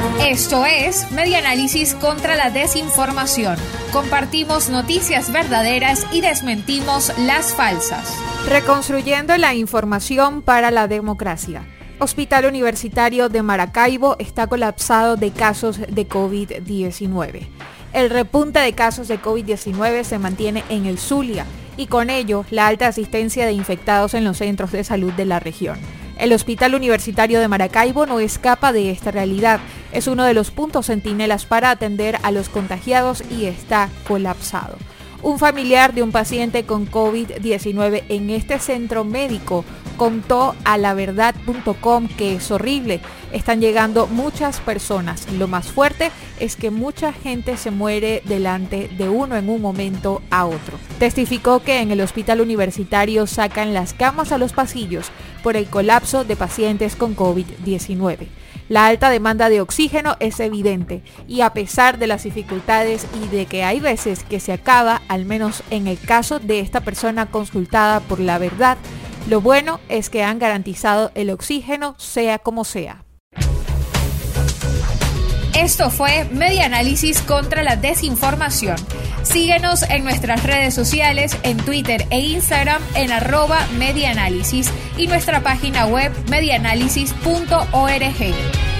Esto es Medianálisis contra la desinformación. Compartimos noticias verdaderas y desmentimos las falsas. Reconstruyendo la información para la democracia. Hospital Universitario de Maracaibo está colapsado de casos de COVID-19. El repunte de casos de COVID-19 se mantiene en el Zulia y con ello la alta asistencia de infectados en los centros de salud de la región. El Hospital Universitario de Maracaibo no escapa de esta realidad. Es uno de los puntos centinelas para atender a los contagiados y está colapsado. Un familiar de un paciente con COVID-19 en este centro médico contó a laverdad.com que es horrible. Están llegando muchas personas. Lo más fuerte es que mucha gente se muere delante de uno en un momento a otro. Testificó que en el hospital universitario sacan las camas a los pasillos por el colapso de pacientes con COVID-19. La alta demanda de oxígeno es evidente y a pesar de las dificultades y de que hay veces que se acaba, al menos en el caso de esta persona consultada por La Verdad, lo bueno es que han garantizado el oxígeno sea como sea. Esto fue Medianálisis contra la desinformación. Síguenos en nuestras redes sociales, en Twitter e Instagram en @Medianálisis y nuestra página web medianálisis.org.